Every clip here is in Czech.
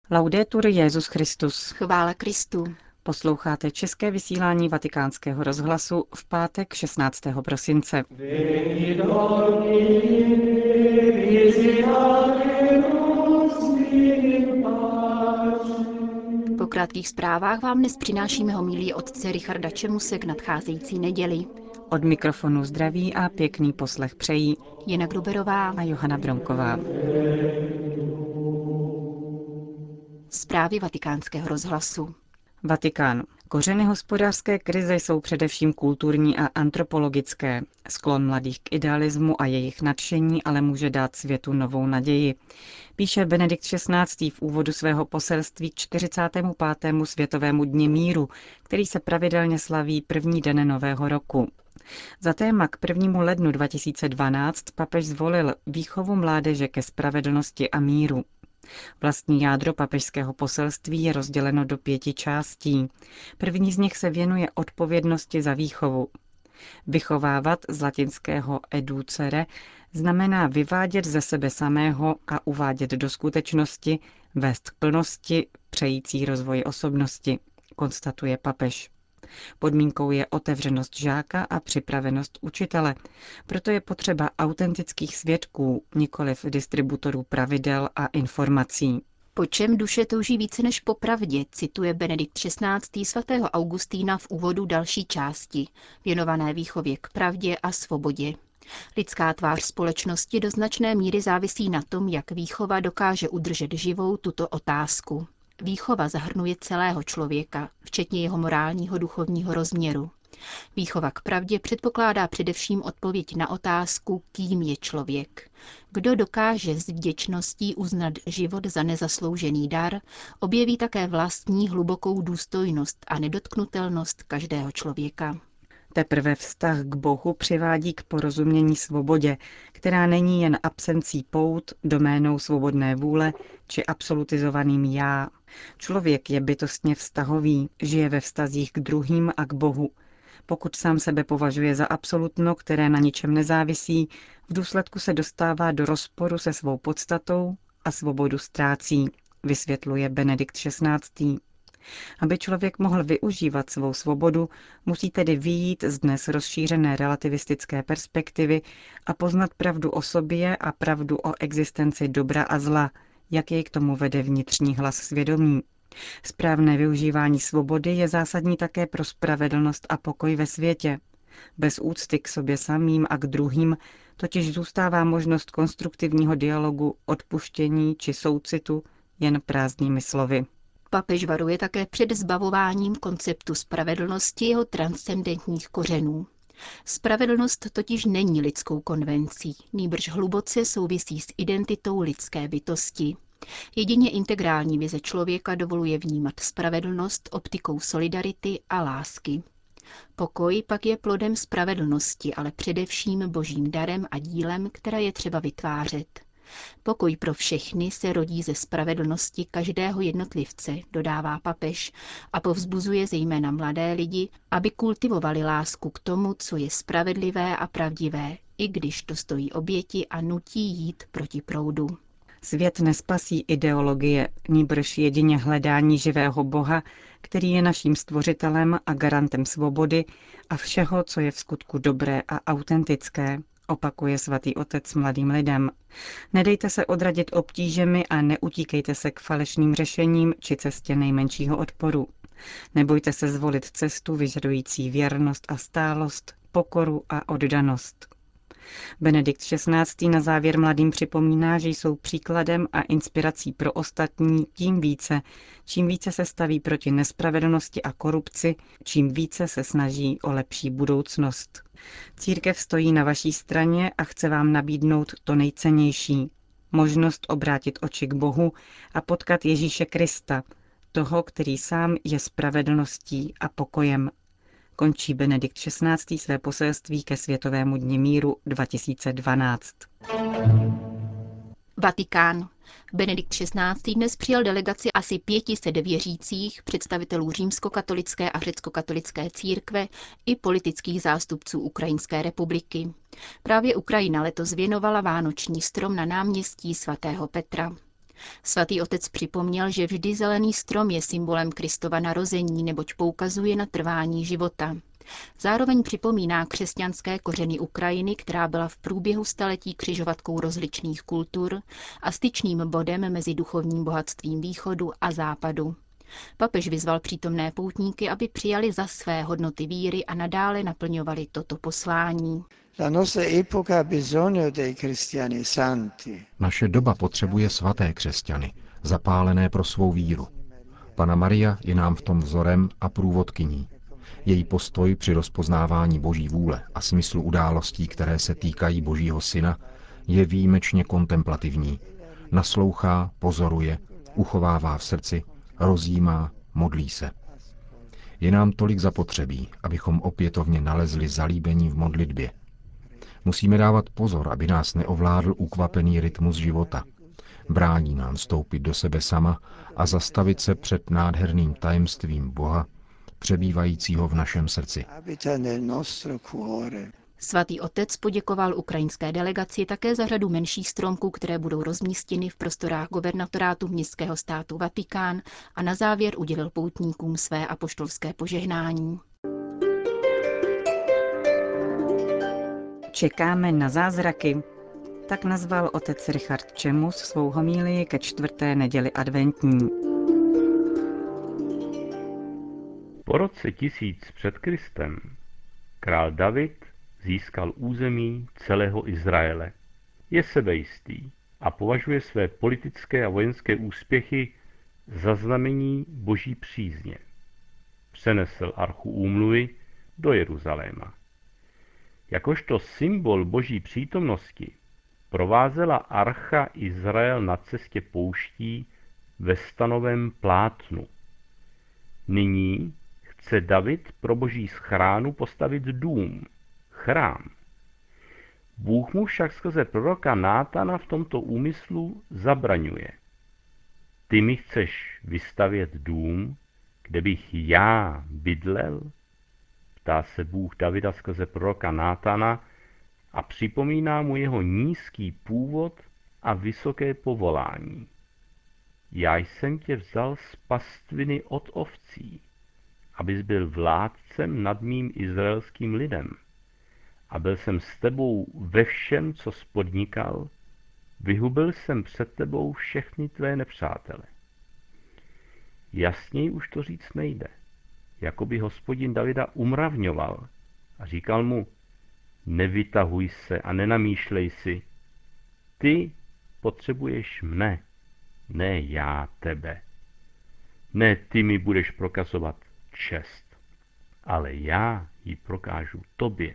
Laudetur Jesus Christus. Chvála Kristu. Posloucháte české vysílání Vatikánského rozhlasu v pátek 16. prosince. Po krátkých zprávách vám dnes přinášíme homilii otce Richarda Čemuse k nadcházející neděli. Od mikrofonu zdraví a pěkný poslech přejí Jana Gruberová a Johana Bronková. Zprávy Vatikánského rozhlasu. Vatikán. Kořeny hospodářské krize jsou především kulturní a antropologické. Sklon mladých k idealismu a jejich nadšení ale může dát světu novou naději. Píše Benedikt XVI. V úvodu svého poselství k 45. Světovému dni míru, který se pravidelně slaví první den nového roku. Za téma k 1. lednu 2012 papež zvolil výchovu mládeže ke spravedlnosti a míru. Vlastní jádro papežského poselství je rozděleno do 5 částí. První z nich se věnuje odpovědnosti za výchovu. Vychovávat z latinského educere znamená vyvádět ze sebe samého a uvádět do skutečnosti, vést k plnosti, přející rozvoji osobnosti, konstatuje papež. Podmínkou je otevřenost žáka a připravenost učitele. Proto je potřeba autentických svědků, nikoliv distributorů pravidel a informací. Po čem duše touží více než po pravdě, cituje Benedikt XVI. Svatého Augustína v úvodu další části, věnované výchově k pravdě a svobodě. Lidská tvář společnosti do značné míry závisí na tom, jak výchova dokáže udržet živou tuto otázku. Výchova zahrnuje celého člověka, včetně jeho morálního duchovního rozměru. Výchova k pravdě předpokládá především odpověď na otázku, kým je člověk. Kdo dokáže s vděčností uznat život za nezasloužený dar, objeví také vlastní hlubokou důstojnost a nedotknutelnost každého člověka. Teprve vztah k Bohu přivádí k porozumění svobodě, která není jen absencí pout, doménou svobodné vůle či absolutizovaným já. Člověk je bytostně vztahový, žije ve vztazích k druhým a k Bohu. Pokud sám sebe považuje za absolutno, které na ničem nezávisí, v důsledku se dostává do rozporu se svou podstatou a svobodu ztrácí, vysvětluje Benedikt XVI. Aby člověk mohl využívat svou svobodu, musí tedy vyjít z dnes rozšířené relativistické perspektivy a poznat pravdu o sobě a pravdu o existenci dobra a zla, jak jej k tomu vede vnitřní hlas svědomí. Správné využívání svobody je zásadní také pro spravedlnost a pokoj ve světě. Bez úcty k sobě samým a k druhým totiž zůstává možnost konstruktivního dialogu, odpuštění či soucitu jen prázdnými slovy. Papež varuje také před zbavováním konceptu spravedlnosti jeho transcendentních kořenů. Spravedlnost totiž není lidskou konvencí, nýbrž hluboce souvisí s identitou lidské bytosti. Jedině integrální vize člověka dovoluje vnímat spravedlnost optikou solidarity a lásky. Pokoj pak je plodem spravedlnosti, ale především božím darem a dílem, které je třeba vytvářet. Pokoj pro všechny se rodí ze spravedlnosti každého jednotlivce, dodává papež, a povzbuzuje zejména mladé lidi, aby kultivovali lásku k tomu, co je spravedlivé a pravdivé, i když to stojí oběti a nutí jít proti proudu. Svět nespasí ideologie, nýbrž jedině hledání živého Boha, který je naším stvořitelem a garantem svobody a všeho, co je v skutku dobré a autentické, opakuje svatý otec mladým lidem. Nedejte se odradit obtížemi a neutíkejte se k falešným řešením či cestě nejmenšího odporu. Nebojte se zvolit cestu vyžadující věrnost a stálost, pokoru a oddanost. Benedikt XVI. Na závěr mladým připomíná, že jsou příkladem a inspirací pro ostatní čím více se staví proti nespravedlnosti a korupci, čím více se snaží o lepší budoucnost. Církev stojí na vaší straně a chce vám nabídnout to nejcennější. Možnost obrátit oči k Bohu a potkat Ježíše Krista, toho, který sám je spravedlností a pokojem. Končí Benedikt XVI. Své poselství ke Světovému dni míru 2012. Vatikán. Benedikt XVI. Dnes přijal delegaci asi 500 věřících, představitelů římskokatolické a řeckokatolické církve i politických zástupců Ukrajinské republiky. Právě Ukrajina letos věnovala vánoční strom na náměstí svatého Petra. Svatý otec připomněl, že vždy zelený strom je symbolem Kristova narození, neboť poukazuje na trvání života. Zároveň připomíná křesťanské kořeny Ukrajiny, která byla v průběhu staletí křižovatkou rozličných kultur a styčným bodem mezi duchovním bohatstvím východu a západu. Papež vyzval přítomné poutníky, aby přijali za své hodnoty víry a nadále naplňovali toto poslání. Naše doba potřebuje svaté křesťany, zapálené pro svou víru. Panna Maria je nám v tom vzorem a průvodkyní. Její postoj při rozpoznávání Boží vůle a smyslu událostí, které se týkají Božího syna, je výjimečně kontemplativní. Naslouchá, pozoruje, uchovává v srdci, rozjímá, modlí se. Je nám tolik zapotřebí, abychom opětovně nalezli zalíbení v modlitbě. Musíme dávat pozor, aby nás neovládl ukvapený rytmus života. Brání nám vstoupit do sebe sama a zastavit se před nádherným tajemstvím Boha, přebývajícího v našem srdci. Svatý otec poděkoval ukrajinské delegaci také za řadu menších stromků, které budou rozmístěny v prostorách guvernatorátu městského státu Vatikán, a na závěr udělil poutníkům své apoštolské požehnání. Čekáme na zázraky. Tak nazval otec Richard Čemus svou homílii ke 4. neděli adventní. Po roce 1000 před Kristem král David získal území celého Izraele. Je sebejistý a považuje své politické a vojenské úspěchy za znamení boží přízně. Přenesl archu úmluvy do Jeruzaléma. Jakožto symbol boží přítomnosti provázela archa Izrael na cestě pouští ve stanovém plátnu. Nyní chce David pro boží schránu postavit dům, chrám. Bůh mu však skrze proroka Nátana v tomto úmyslu zabraňuje. Ty mi chceš vystavět dům, kde bych já bydlel? Ptá se Bůh Davida skrze proroka Nátana a připomíná mu jeho nízký původ a vysoké povolání. Já jsem tě vzal z pastviny od ovcí, abys byl vládcem nad mým izraelským lidem. A byl jsem s tebou ve všem, co spodnikal, vyhubil jsem před tebou všechny tvé nepřátele. Jasněji už to říct nejde. Jakoby Hospodin Davida umravňoval a říkal mu, nevytahuj se a nenamýšlej si, ty potřebuješ mne, ne já tebe. Ne ty mi budeš prokazovat čest, ale já ji prokážu tobě.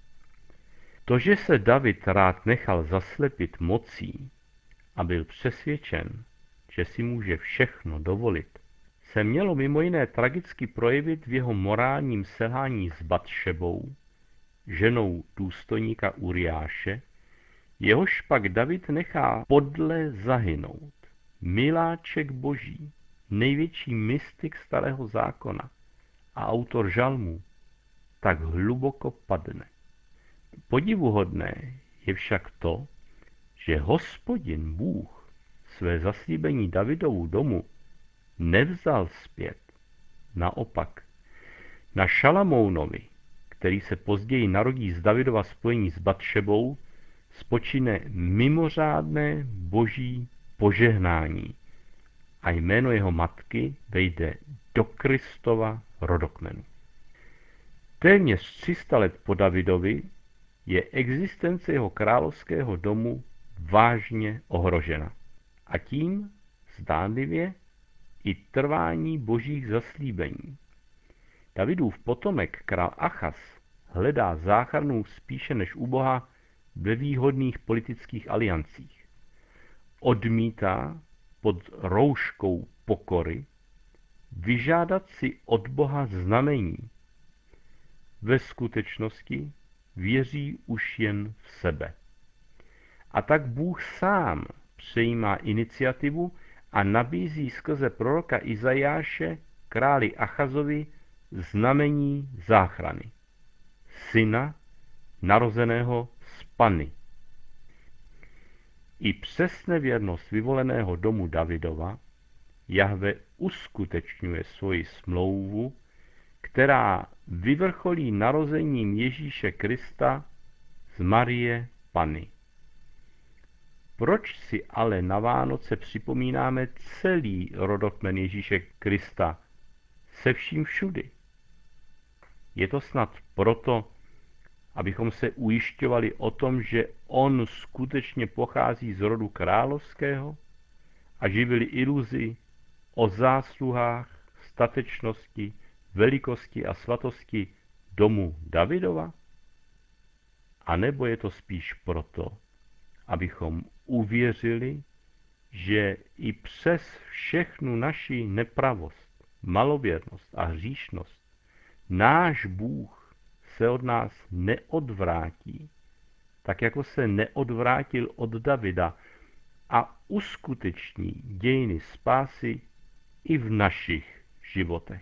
To, že se David rád nechal zaslepit mocí a byl přesvědčen, že si může všechno dovolit, se mělo mimo jiné tragicky projevit v jeho morálním selhání s Batšebou, ženou důstojníka Uriáše, jehož pak David nechá podle zahynout. Miláček boží, největší mystik starého zákona a autor žalmů, tak hluboko padne. Podivuhodné je však to, že Hospodin Bůh své zaslíbení Davidovu domu nevzal zpět. Naopak, na Šalamounovi, který se později narodí z Davidova spojení s Batšebou, spočine mimořádné boží požehnání a jméno jeho matky vejde do Kristova rodokmenu. Téměř 300 let po Davidovi je existence jeho královského domu vážně ohrožena. A tím zdánlivě i trvání božích zaslíbení. Davidův potomek král Achaz hledá záchranu spíše než u Boha ve výhodných politických aliancích. Odmítá pod rouškou pokory vyžádat si od Boha znamení. Ve skutečnosti věří už jen v sebe. A tak Bůh sám přejímá iniciativu a nabízí skrze proroka Izajáše králi Achazovi znamení záchrany. Syna narozeného z Panny. I přes nevěrnost vyvoleného domu Davidova Jahve uskutečňuje svoji smlouvu, která vyvrcholí narozením Ježíše Krista z Marie Panny. Proč si ale na Vánoce připomínáme celý rodokmen Ježíše Krista se vším všudy? Je to snad proto, abychom se ujišťovali o tom, že on skutečně pochází z rodu královského a živili iluzi o zásluhách, statečnosti, velikosti a svatosti domu Davidova? A nebo je to spíš proto, abychom uvěřili, že i přes všechnu naši nepravost, malověrnost a hříšnost náš Bůh se od nás neodvrátí, tak jako se neodvrátil od Davida a uskuteční dějiny spásy i v našich životech.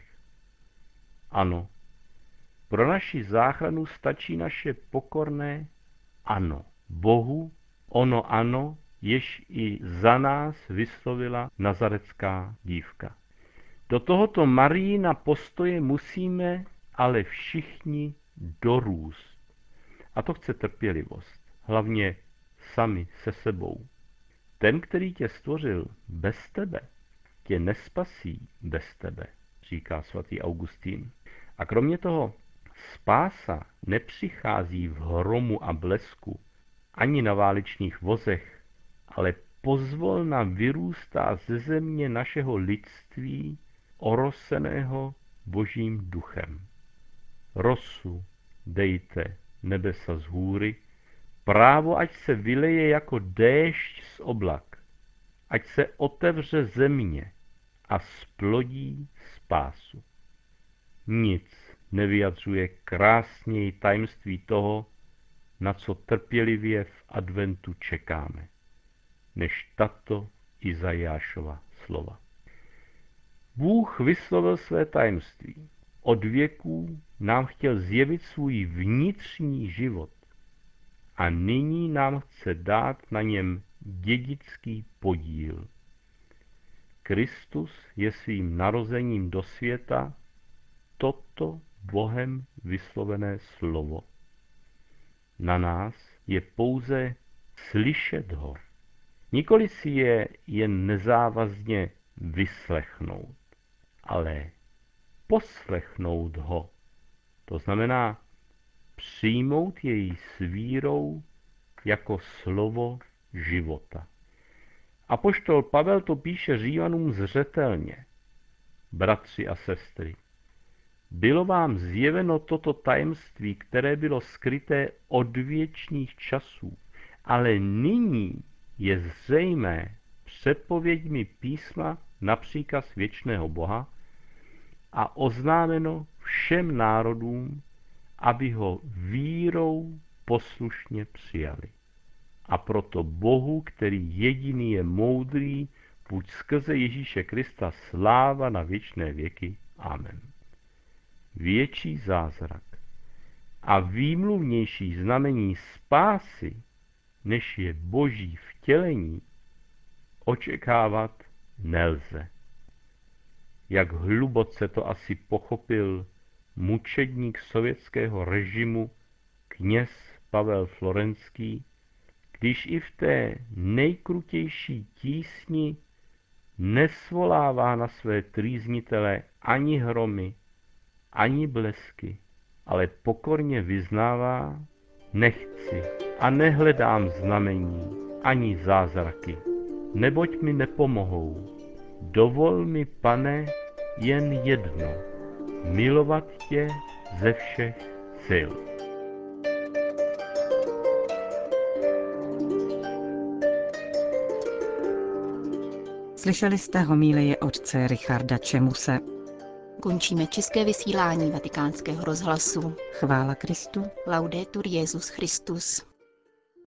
Ano, pro naši záchranu stačí naše pokorné ano Bohu, ono ano, jež i za nás vyslovila nazarecká dívka. Do tohoto Marijina postoje musíme ale všichni dorůst. A to chce trpělivost, hlavně sami se sebou. Ten, který tě stvořil bez tebe, tě nespasí bez tebe, říká svatý Augustín. A kromě toho, spása nepřichází v hromu a blesku, ani na válečných vozech, ale pozvolna vyrůstá ze země našeho lidství, oroseného Božím duchem. Rosu dejte nebesa z hůry, právo ať se vyleje jako déšť z oblak, ať se otevře země a splodí spásu. Nic nevyjadřuje krásněji tajemství toho, na co trpělivě v adventu čekáme, než tato Izajášova slova. Bůh vyslovil své tajemství. Od věků nám chtěl zjevit svůj vnitřní život a nyní nám chce dát na něm dědický podíl. Kristus je svým narozením do světa toto Bohem vyslovené slovo. Na nás je pouze slyšet ho, nikoli si je jen nezávazně vyslechnout, ale poslechnout ho. To znamená přijmout jej s vírou jako slovo života. Apoštol Pavel to píše Římanům zřetelně. Bratři a sestry, bylo vám zjeveno toto tajemství, které bylo skryté od věčných časů, ale nyní je zřejmé předpověďmi písma na příkaz věčného Boha a oznámeno všem národům, aby ho vírou poslušně přijali. A proto Bohu, který jediný je moudrý, buď skrze Ježíše Krista sláva na věčné věky. Amen. Větší zázrak a výmluvnější znamení spásy, než je Boží vtělení, očekávat nelze. Jak hluboce to asi pochopil mučedník sovětského režimu kněz Pavel Florenský, když i v té nejkrutější tísni nesvolává na své trýznitele ani hromy, ani blesky, ale pokorně vyznává: nechci a nehledám znamení ani zázraky, neboť mi nepomohou. Dovol mi, Pane, jen jedno, milovat tě ze všech sil. Slyšeli jste homílie otce Richarda Čemuse. Končíme české vysílání Vatikánského rozhlasu. Chvála Kristu. Laudetur Jesus Christus.